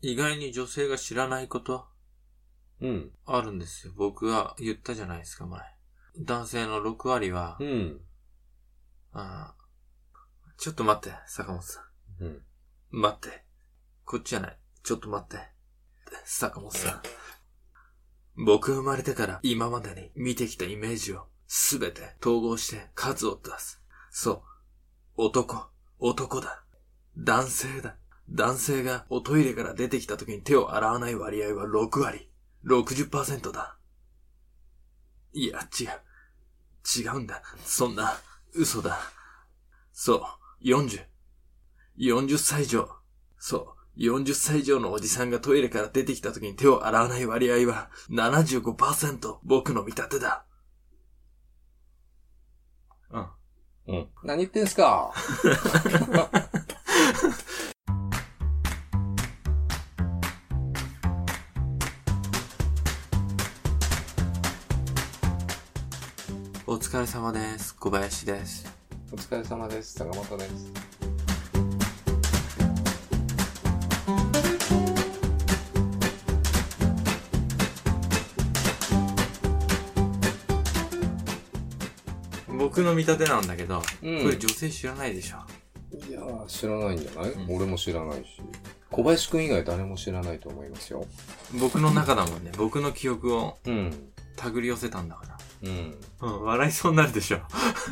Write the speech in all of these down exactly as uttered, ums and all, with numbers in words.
意外に女性が知らないことうん。 あるんですよ。僕は言ったじゃないですか、前。男性のろく割は、 うん。 あちょっと待って、坂本さん。うん。 待って。こっちじゃない。ちょっと待って。坂本さん。僕生まれてから今までに見てきたイメージをすべて統合して数を出す。そう。男。男だ。男性だ。男性がおトイレから出てきた時に手を洗わない割合はろく割。ろくじゅっパーセント だ。いや、違う。違うんだ。そんな、嘘だ。そう、よんじゅう。よんじゅっさい以上。そう、よんじゅっさい以上のおじさんがトイレから出てきた時に手を洗わない割合は ななじゅうごパーセント。僕の見立てだ。うん。 うん。何言ってんすかお疲れ様です。小林です。 お疲れ様です。坂本です。 僕の見立てなんだけど、 うん、 これ女性知らないでしょ。 いやー、知らないんじゃない、うん、俺も知らないし。小林くん以外誰も知らないと思いますよ。 僕の中だもんね。僕の記憶をうん。 手繰り寄せたんだから。 うん。 うん、笑いそうになるでしょ。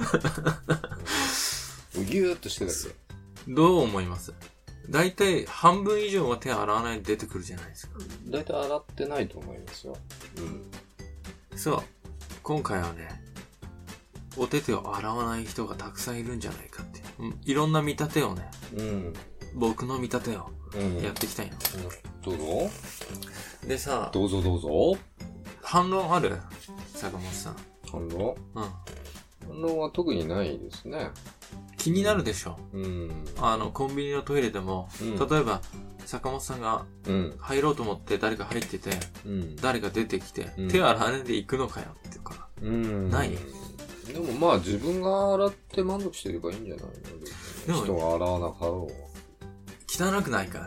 うん、ギューっとしてるけどう思います？大体半分以上は手洗わないで出てくるじゃないですか。 大体洗ってないと思いますよ。 うん。そう。今回はね、お手手を洗わない人がたくさんいるんじゃないかって。うん、いろんな見立てをね、うん、僕の見立てをやっていきたいの。 うん、どうぞ。 でさ、 どうぞどうぞ。 反論ある？坂本さん。 反論？うん。反論は特にないですね。 気になるでしょ。 うん。 あの、コンビニのトイレでも、うん、例えば、坂本さんが入ろうと思って誰か入ってて、うん、誰か出てきて、うん、手洗わないで行くのかよっていうか、うん、ない？ でもまあ自分が洗って満足してればいいんじゃないの？でも人が洗わなかろう。 汚くないから。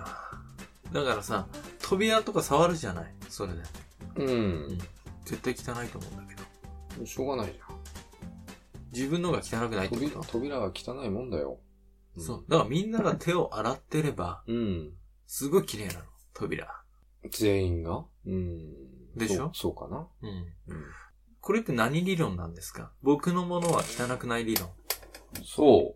だからさ、扉とか触るじゃない？それで。うん。うん、絶対汚いと思うんだけど。しょうがないじゃん。 自分のが汚くないってこと？ 扉が汚いもんだよ。 うん、そう。だからみんなが手を洗ってれば、うん。すごい綺麗なの、扉。 全員が？うん。 でしょ？ そう、そうかな。うん。 うん。これって何理論なんですか？僕のものは汚くない理論。 そう。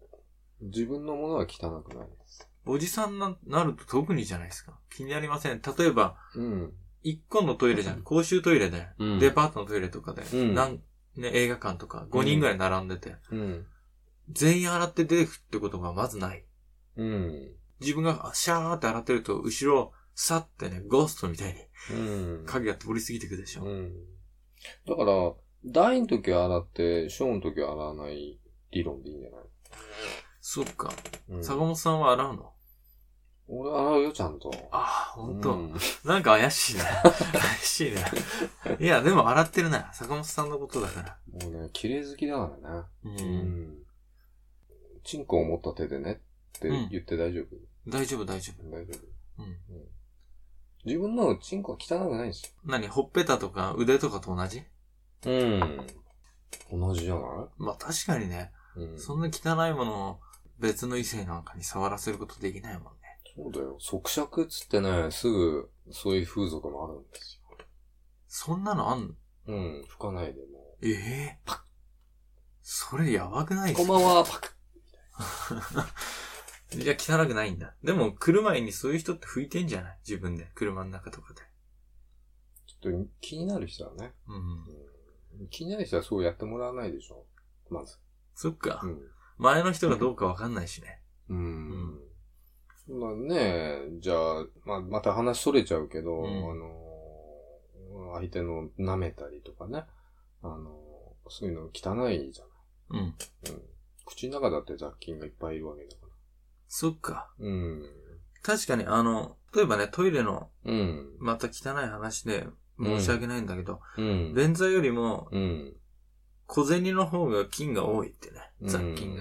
自分のものは汚くないです。 おじさんになると特にじゃないですか。気になりません。例えば、うん。一個のトイレじゃん。公衆トイレで、うん、デパートのトイレとかで、うん、なんね、映画館とかごにんぐらい並んでて、うん、全員洗って出てくってことがまずない。うん、自分がシャーって洗ってると、後ろ、さってね、ゴーストみたいに、うん、影が通り過ぎてくでしょ。うん、 だから、大の時は洗って、小の時は洗わない理論でいいんじゃない？ そっか。うん、坂本さんは洗うの？ 俺洗うよ、ちゃんと。 ああ、ほんと、うん。なんか怪しいな。怪しいな。いや、でも洗ってるな。坂本さんのことだから。 もうね、綺麗好きだからね。うん。うん、チンコを持った手でねって言って大丈夫？ うん、大丈夫、大丈夫。 大丈夫。うん。うん、自分のチンコは汚くないんですよ。 何？ほっぺたとか腕とかと同じ？ うん。同じじゃない？ まあ確かにね。うん、そんな汚いものを別の異性なんかに触らせることできないもんね。 そうだよ。即尺っつってね、すぐそういう風俗もあるんですよ。 そんなのあんの？ うん、吹かないでも。 ええー、パッ。それやばくないですか？こんばんは、パクッ。じゃあ汚くないんだ。でも来る前にそういう人って拭いてんじゃない？自分で。車の中とかで。 ちょっと気になる人はね。うんうん、気になる人はそうやってもらわないでしょ。まず。 そっか。うん、前の人がどうかわかんないしね。うん。 うんまあね、じゃあ、まあ、また話それちゃうけど、うん、あの、相手の舐めたりとかね、あの、そういうの汚いじゃない。うん。うん。口の中だって雑菌がいっぱいいるわけだから。 そっか。うん。確かにあの、例えばね、トイレの、うん。また汚い話で申し訳ないんだけど、うん。便座よりも、うん。小銭の方が菌が多いってね、雑菌が。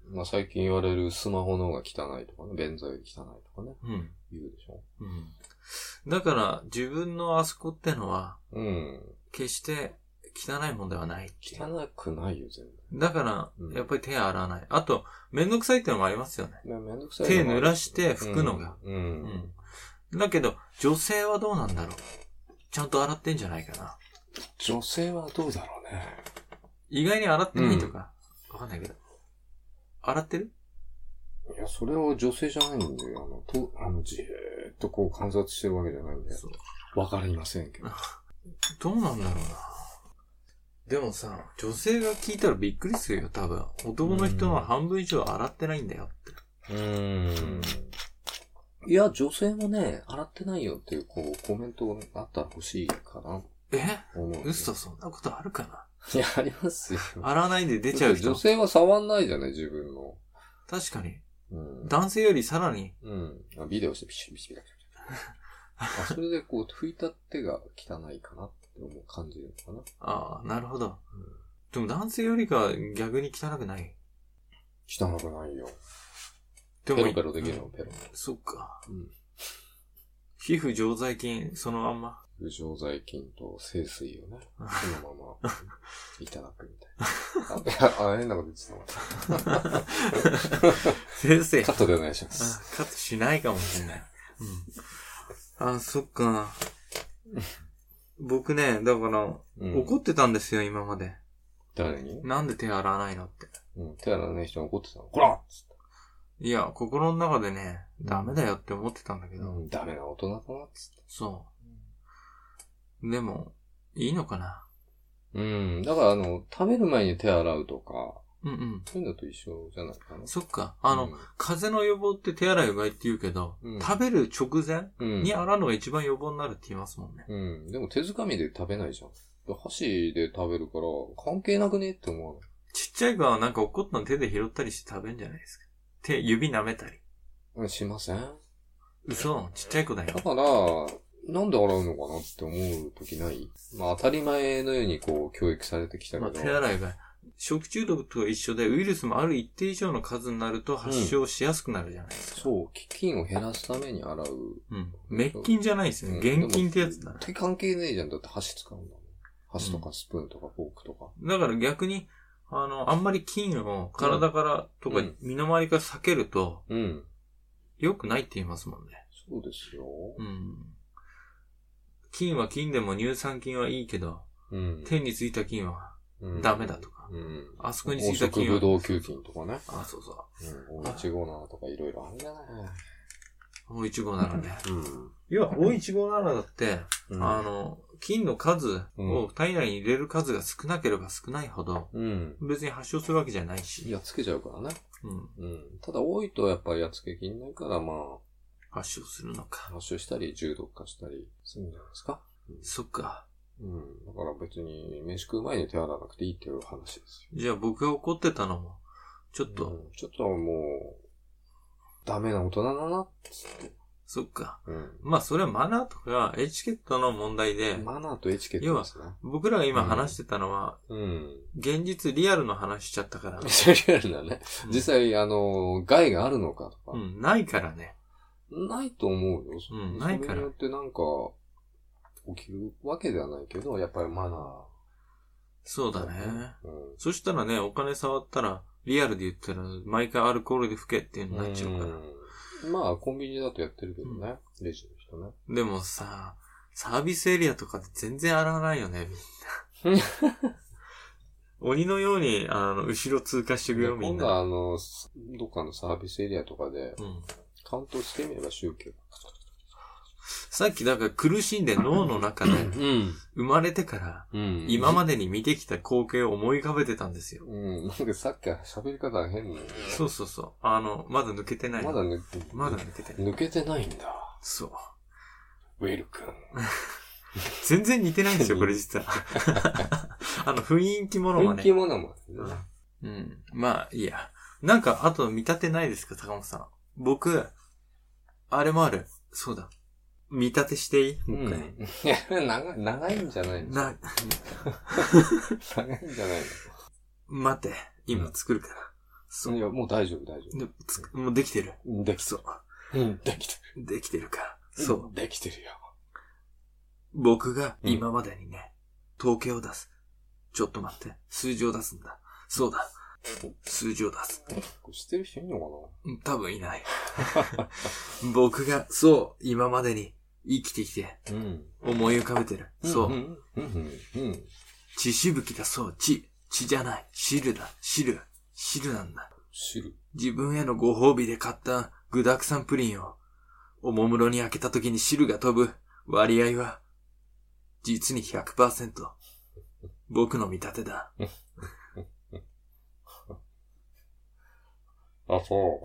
まあ最近言われるスマホの方が汚いとかね、便座より汚いとかね。 うん。 言うでしょ。 うん。だから自分のあそこってのは、 うん。 決して汚いもんではない。 汚くないよ、全部。 だから、うん、やっぱり手洗わない。あと、めんどくさいってのもありますよね。 めんどくさい。 手濡らして拭くのが。 うん。うんうん、だけど、女性はどうなんだろう。ちゃんと洗ってんじゃないかな。 女性はどうだろうね。 意外に洗ってないとか、わ、うん、かんないけど。洗ってる？ いや、それは女性じゃないんだよ。あの、と、あの、じーっとこう観察してるわけじゃないんで。そう。わかりませんけど。 どうなんだろうな。でもさ、女性が聞いたらびっくりするよ、多分。男の人の半分以上洗ってないんだよって。うーん。 いや、女性もね、洗ってないよっていう、こう、コメントあったら欲しいかな。 え？嘘、そんなことあるかな？ いや、ありますよ。 洗わないで出ちゃう人。 女性は触んないじゃない、自分の。 確かに。 うん、 男性よりさらに。 うん。ビデオしてピシッピシッピシッピシッ。それでこう、拭いた手が汚いかなって思う感じるのかな。 ああ、なるほど。うん、でも男性よりか逆に汚くない？ 汚くないよ。 でもペロペロできるの、ペロ。 そっか。うん。皮膚常在菌、そのまんま。 皮膚常在菌と清水をね、そのままいただくみたいな。あ、あ変なこと言ってたわ。 先生。 カットでお願いします。 カットしないかもしれない。うん。あ、そっか。僕ね、だから、うん、怒ってたんですよ、今まで。 誰に？ なんで手洗わないのって。 うん、手洗わない人が怒ってたの。こら！ いや、心の中でね、ダメだよって思ってたんだけど。 うん、ダメな大人だなっつって。 そう。でも、いいのかな。 うん。だからあの、食べる前に手洗うとか。 うんうん。 そういうのと一緒じゃないかな。 そっか。あの、うん、風邪の予防って手洗いうがいって言うけど、うん、食べる直前に洗うのが一番予防になるって言いますもんね。 うん。でも手づかみで食べないじゃん。箸で食べるから、関係なくねって思うの。 ちっちゃい子はなんか怒ったの手で拾ったりして食べるんじゃないですか。手、指舐めたり。 うん、しません？ 嘘、ちっちゃい子だよ。 だから、なんで洗うのかなって思うときない？まあ当たり前のようにこう教育されてきたけど。 まあ手洗いが、食中毒と一緒でウイルスもある一定以上の数になると発症しやすくなるじゃないですか。 うん、そう、菌を減らすために洗う。 うん。滅菌じゃないですよ。厳菌ってやつだ、ね。 手関係ねえじゃん。だって箸使うんだもん。箸とかスプーンとかフォークとか。 うん、だから逆に、あの、あんまり菌を体からとか身の回りから避けると、うん。良くないって言いますもんね。 そうですよ。 うん。菌は菌でも乳酸菌はいいけど、うん、手についた菌はダメだとか、うん、あそこについた菌は。 黄色ブドウ球菌とかね。 あ、そうそう。 うん。おいちごななとかいろいろあるんじゃない？ おいちごななね。うん。要は、おいちごななだって、うん、あの、菌の数を体内に入れる数が少なければ少ないほど、うん、別に発症するわけじゃないし。 やっつけちゃうからね。うん。うん。ただ多いとやっぱりやっつけきんないからまあ、 発症するのか。 発症したり、重毒化したりするんじゃないですか。 うん、そっか。 うん。だから別に、飯食う前に手洗わなくていいっていう話ですよ。 じゃあ僕が怒ってたのも、ちょっと、うん、 ちょっともう、ダメな大人だな、つって。 そっか。うん。まあそれはマナーとかエチケットの問題で。 マナーとエチケットですね。 要は、僕らが今話してたのは、うん。現実リアルの話しちゃったから。 リアルだね。うん、実際、あの、害があるのかとか。 うん、ないからね。 ないと思うよ。 うん、ないから。 それによってなんか、起きるわけではないけど、やっぱりマナー。 そうだね。うん、そしたらね、お金触ったら、リアルで言ったら、毎回アルコールで吹けっていうのになっちゃうから。 うん、まあ、コンビニだとやってるけどね。うん、レジの人ね。 でもさ、サービスエリアとかで全然洗わないよね、みんな。鬼のように、あの、後ろ通過してくよ、みんな。 今度はあの、どっかのサービスエリアとかで、うん、カウントしてみれば宗教。 さっきだから苦しんで脳の中で、生まれてから、今までに見てきた光景を思い浮かべてたんですよ。 うん。なんかさっきは喋り方が変な、ね。 そうそうそう。あの、まだ抜けてない。 まだ抜けてまだ抜けてない。 抜けてないんだ。 そう。 ウェル君。 全然似てないんですよ、これ実は。あの、雰囲気ものまね。 雰囲気ものも、ね。 うん。まあ、いいや。なんか、あと見立てないですか、高本さん。僕、あれもある。そうだ。見立てしていい？もう一回。 いや、長い、長いんじゃないの？な、長いんじゃないの？ 待って、今作るから。 そう。 いや、もう大丈夫、大丈夫。 でつもうできてる。 できてる。うん、できてる。できてるから。 そう。できてるよ。 僕が今までにね、うん、統計を出す。ちょっと待って。数字を出すんだ。そうだ。数字を出す。 知ってる人いんのかな？多分いない。僕が、そう、今までに生きてきて、うん、思い浮かべてる。うん、そう。うんうんうん、血しぶきだ、そう、血。血じゃない。汁だ、汁。汁なんだ。 汁。 自分へのご褒美で買った具沢山プリンを、おもむろに開けた時に汁が飛ぶ割合は、実に ひゃくパーセント。僕の見立てだ。 あ、そう。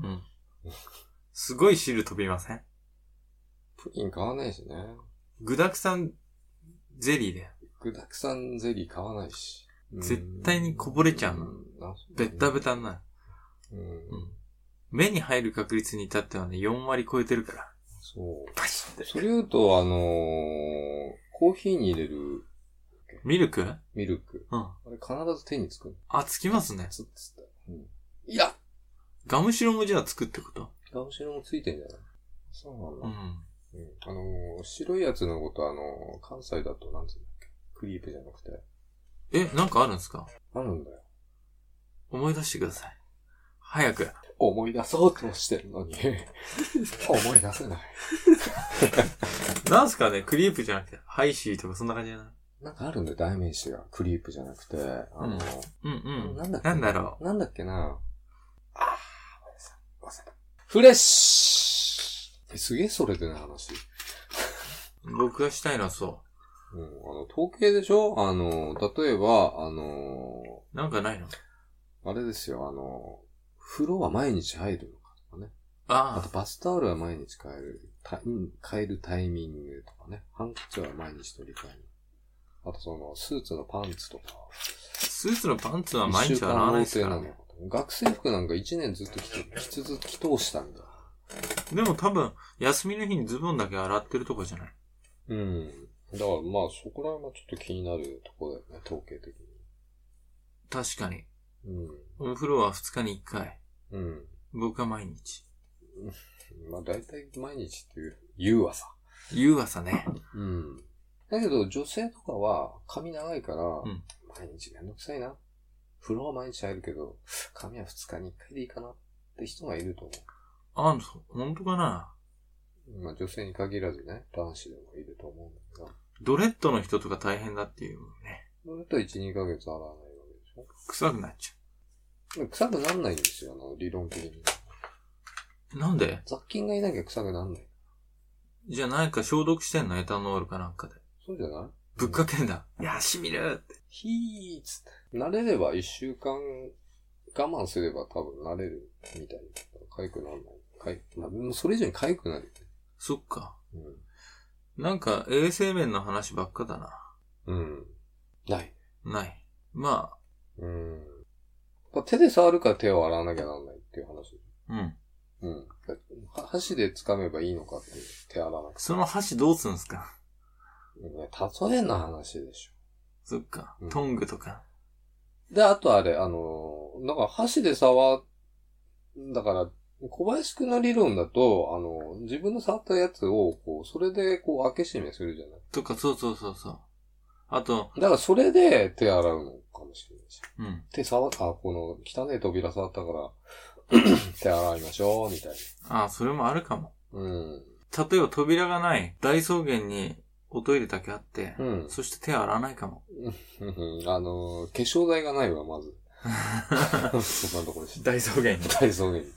うん。すごい汁飛びません？ プリン買わないしね。 具沢山ゼリーで。 具沢山ゼリー買わないし。 絶対にこぼれちゃうの。ベッタベタになる。うんうん。目に入る確率に至ってはね、よんわり超えてるから。 そう。パシッて。それ言うと、あのー、コーヒーに入れる。 ミルク？ ミルク。うん。あれ必ず手につく。 あ、つきますね。 つっつった。うん。いやガムシロもじゃあつくってこと？ ガムシロもついてんじゃない？そうなんだ。うん。うん、あのー、白いやつのことあのー、関西だとなんつうんだっけ？クリープじゃなくて。 え、なんかあるんですか？ あるんだよ。 思い出してください。早く。 思い出そうとしてるのに。思い出せない。 なんすかね？クリープじゃなくて、ハイシーとかそんな感じじゃない？なんかあるんだよ、代名詞が。クリープじゃなくて。あの、 うん、うんうん。 なんだっけなんだろう。なんだっけな。あー、忘れた。フレッシュえ、すげえそれでない話。 僕がしたいのはそう。 うん、あの、統計でしょ？あの、例えば、あのー、なんかないの？ あれですよ、あの、風呂は毎日入るのかとかね。 ああ。 あとバスタオルは毎日変える、変えるタイミングとかね。ハンカチは毎日取り替える。あとその、スーツのパンツとか。 スーツのパンツは毎日洗わないですからね。 学生服なんか一年ずっと着て、着続き通したんだ。 でも多分、休みの日にズボンだけ洗ってるとこじゃない？ うん。だからまあそこら辺はちょっと気になるところだよね、統計的に。 確かに。 うん。 お風呂はふつかにいっかい。 うん。 僕は毎日。 まあ大体毎日っていう、言うわさ。 言うわさね。 うん。だけど女性とかは髪長いから、 うん、 毎日めんどくさいな。風呂は毎日入るけど、髪はふつかにいっかいでいいかなって人がいると思う。 あ、本当かな？ まあ女性に限らずね、男子でもいると思うんだけど。 ドレッドの人とか大変だっていうね。 ドレッドはいち、にかげつ洗わないわけでしょ？ 臭くなっちゃう。臭くなんないんですよ、あの、理論的に。 なんで？ 雑菌がいなきゃ臭くなんない。 じゃあ何か消毒してんの？エタノールかなんかで。 そうじゃない？ ぶっかけんだ。うん、いや、しみるって。 ひーつって。慣れれば一週間我慢すれば多分慣れるみたいな。痒くならない。かい、まあ、それ以上に痒くなるよね。 そっか。 うん。 なんか衛生面の話ばっかだな。 うん。ない。 ない。まあ。 うん。手で触るから手を洗わなきゃならないっていう話。 うん。 うん。箸で掴めばいいのかっていう。手洗わなくて。 その箸どうするんすか？ ね、例えの話でしょ。 そっか。トングとか。 うん、で、あとあれ、あの、なんか箸で触、だから、小林くんの理論だと、あの、自分の触ったやつを、こう、それで、こう、開け閉めするじゃない？ とか、そうそうそうそう。あと、 だからそれで手洗うのかもしれないし。 うん。 手触った、あ、この汚い扉触ったから、手洗いましょう、みたいな。 ああ、それもあるかも。 うん。 例えば扉がない大草原におトイレだけあって、 うん。 そして手洗わないかも。 あの、化粧台がないわ、まず。そんなところでした。 大草原に。 大草原に。うん。うん。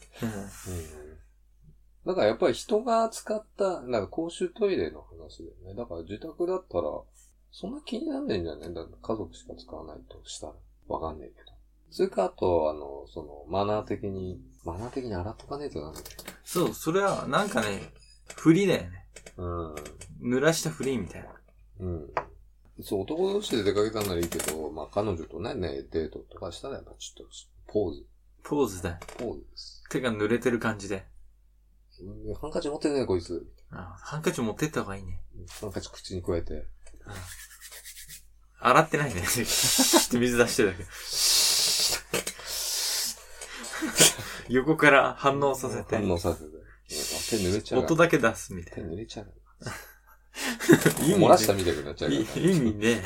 だからやっぱり人が使った、なんか公衆トイレの話だよね。だから自宅だったら、そんな気になんないんじゃない？だから家族しか使わないとしたら。わかんないけど。それかあと、あの、その、マナー的に、マナー的に洗っとかねえとなんだよ。 そう、それはなんかね、フリーだよね。 うん。 濡らしたフリーみたいな。 うん。そう、男同士で出かけたんならいいけど、まあ彼女とね、ね、デートとかしたらやっぱちょっと、ポーズ。 ポーズだよ。 ポーズです。 手が濡れてる感じで。 うん、ハンカチ持ってねえ、こいつ。 ああ、ハンカチ持ってった方がいいね。 ハンカチ口に加えて。 ああ、洗ってないね。って水出してるだけ。 横から反応させて。 反応させて。手濡れちゃう。 音だけ出すみたいな。 手濡れちゃう。 意味漏らしたみたいになっちゃうから。 意味ね。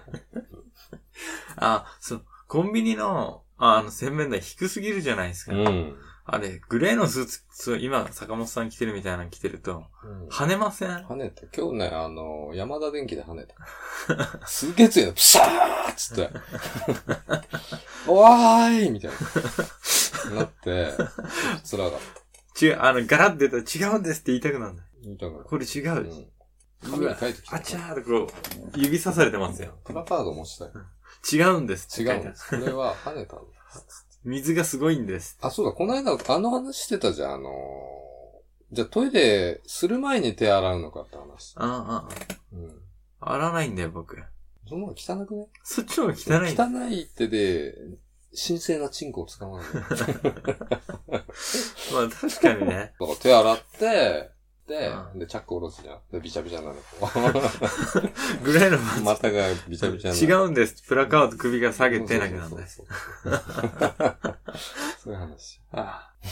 あ、そう、コンビニの、あの、洗面台低すぎるじゃないですか。 うん。 あれ、グレーのスーツ、今、坂本さん着てるみたいなの着てると、うん、跳ねません？ 跳ねた。今日ね、あの、ヤマダ電機で跳ねた。すげえ強いの、プシャーっつって。おわーいみたいな。なって、つらかった。 違う、あの、ガラッと出たら違うんですって言いたくなるんだよ。 言いたくなる。 これ違う。うん。 紙に書いてきた。 あちゃーとこう、指さされてますよ。 プラカード持ちたい。 違うんですって。 違うんです。これは跳ねたんです。 水がすごいんです。 あ、そうだ、この間、あの話してたじゃん、あのー、じゃあトイレする前に手洗うのかって話。 ああ、ああ。うん。洗わないんだよ、僕。 その方が汚くね？ そっちの方が汚い。 汚い手で、神聖なチンコを使わない。まあ確かにね。 だから手洗って、で、うん、で、チャック下ろすじゃん。で、ビチャビチャなの。 ぐらいの股がビチャビチャなの。違うんです。プラカード首が下げてなきゃなんだよ。 そういう話。ああ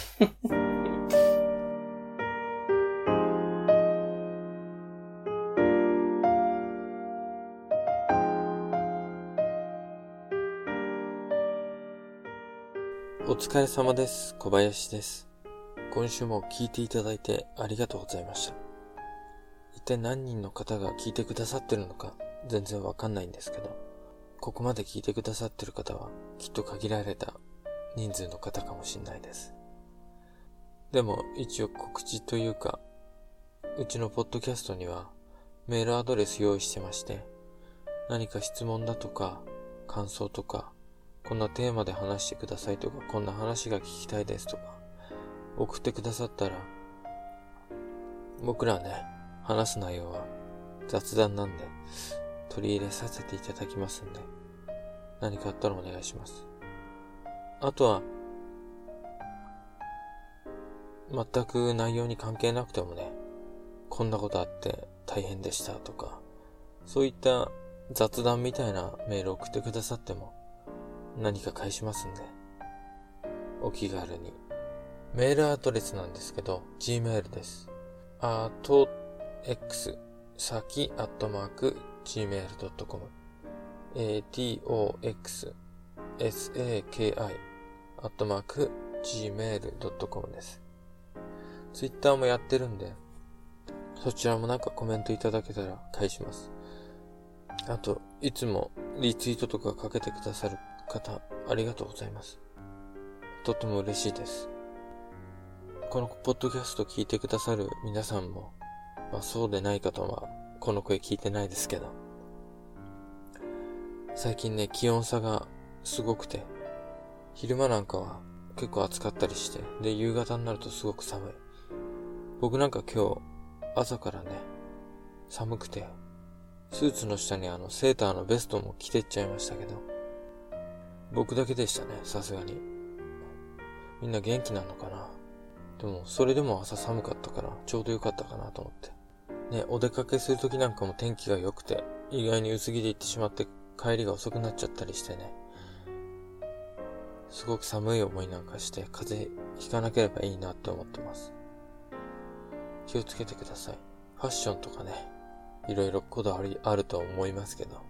お疲れ様です。小林です。今週も聞いていただいてありがとうございました。一体何人の方が聞いてくださってるのか全然わかんないんですけど、ここまで聞いてくださってる方はきっと限られた人数の方かもしれないです。でも一応告知というか、うちのポッドキャストにはメールアドレス用意してまして、何か質問だとか感想とか、こんなテーマで話してくださいとか、こんな話が聞きたいですとか送ってくださったら、僕らね、話す内容は雑談なんで取り入れさせていただきますんで、何かあったらお願いします。あとは全く内容に関係なくてもね、こんなことあって大変でしたとか、そういった雑談みたいなメール送ってくださっても何か返しますんで、お気軽に。メールアドレスなんですけど、Gmail です。あと、X、さき、アットマーク、ジーメールドットコム。tox, saki、アットマーク、ジーメールドットコム です。Twitter もやってるんで、そちらもなんかコメントいただけたら返します。あと、いつもリツイートとかかけてくださる方、ありがとうございます。とても嬉しいです。このポッドキャスト聞いてくださる皆さんも、まあそうでない方はこの声聞いてないですけど、最近ね、気温差がすごくて、昼間なんかは結構暑かったりして、で夕方になるとすごく寒い。僕なんか今日朝からね、寒くてスーツの下にあのセーターのベストも着てっちゃいましたけど、僕だけでしたね、さすがに。みんな元気なのかな。でもそれでも朝寒かったからちょうどよかったかなと思ってね。お出かけするときなんかも天気が良くて、意外に薄着で行ってしまって帰りが遅くなっちゃったりしてね、すごく寒い思いなんかして風邪ひかなければいいなって思ってます。気をつけてください。ファッションとかね、いろいろこだわりあると思いますけど、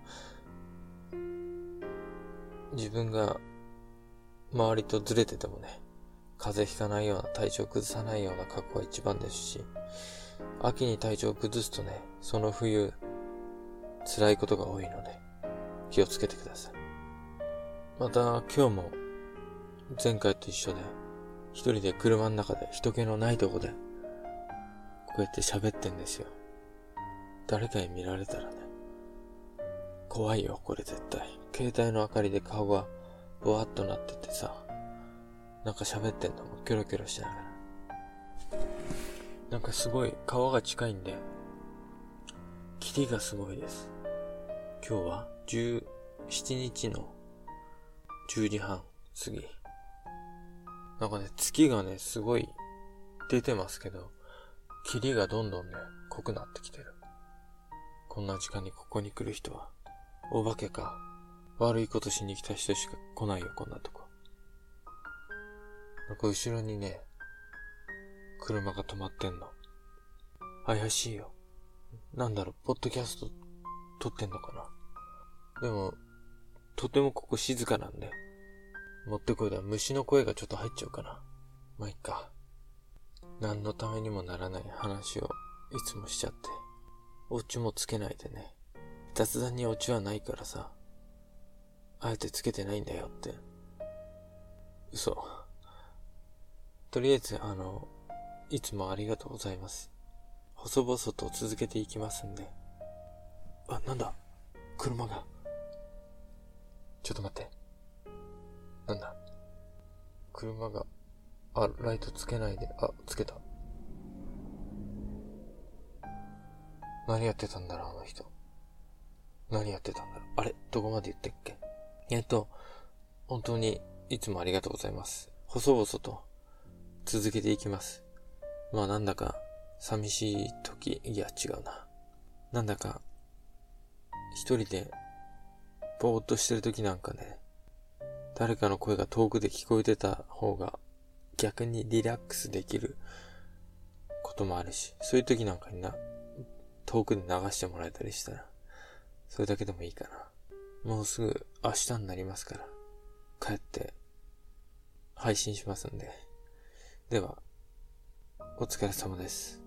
自分が周りとずれててもね、風邪ひかないような、体調崩さないような格好が一番ですし、秋に体調を崩すとね、その冬辛いことが多いので気をつけてください。また今日も前回と一緒で一人で車の中で人気のないとこでこうやって喋ってんですよ。誰かに見られたらね、怖いよこれ絶対。携帯の明かりで顔がぼわっとなっててさ、なんか喋ってんのもキョロキョロしながら、なんかすごい川が近いんで霧がすごいです。今日はじゅうしちにちのじゅうじはん過ぎ、なんかね、月がねすごい出てますけど、霧がどんどんね濃くなってきてる。こんな時間にここに来る人はお化けか悪いことしに来た人しか来ないよ、こんなとこ。 なんか後ろにね、車が止まってんの。怪しいよ。なんだろう、ポッドキャスト撮ってんのかな。でも、とてもここ静かなんで、持ってこいだ虫の声がちょっと入っちゃうかな。まあ、いっか。何のためにもならない話をいつもしちゃって。オチもつけないでね。雑談にオチはないからさ。あえてつけてないんだよって。嘘。とりあえず、あの、いつもありがとうございます。細々と続けていきますんで。あ、なんだ？車が。ちょっと待って。なんだ？車が、あ、ライトつけないで、あ、つけた。何やってたんだろう、あの人。何やってたんだろう。あれ、どこまで言ってっけ？えっと、本当にいつもありがとうございます。細々と続けていきます。まあなんだか寂しい時、いや違うな。なんだか一人でぼーっとしてる時なんかね、誰かの声が遠くで聞こえてた方が逆にリラックスできることもあるし、そういう時なんかにな、遠くで流してもらえたりしたら、それだけでもいいかな。もうすぐ明日になりますから、帰って配信しますんで。では、お疲れ様です。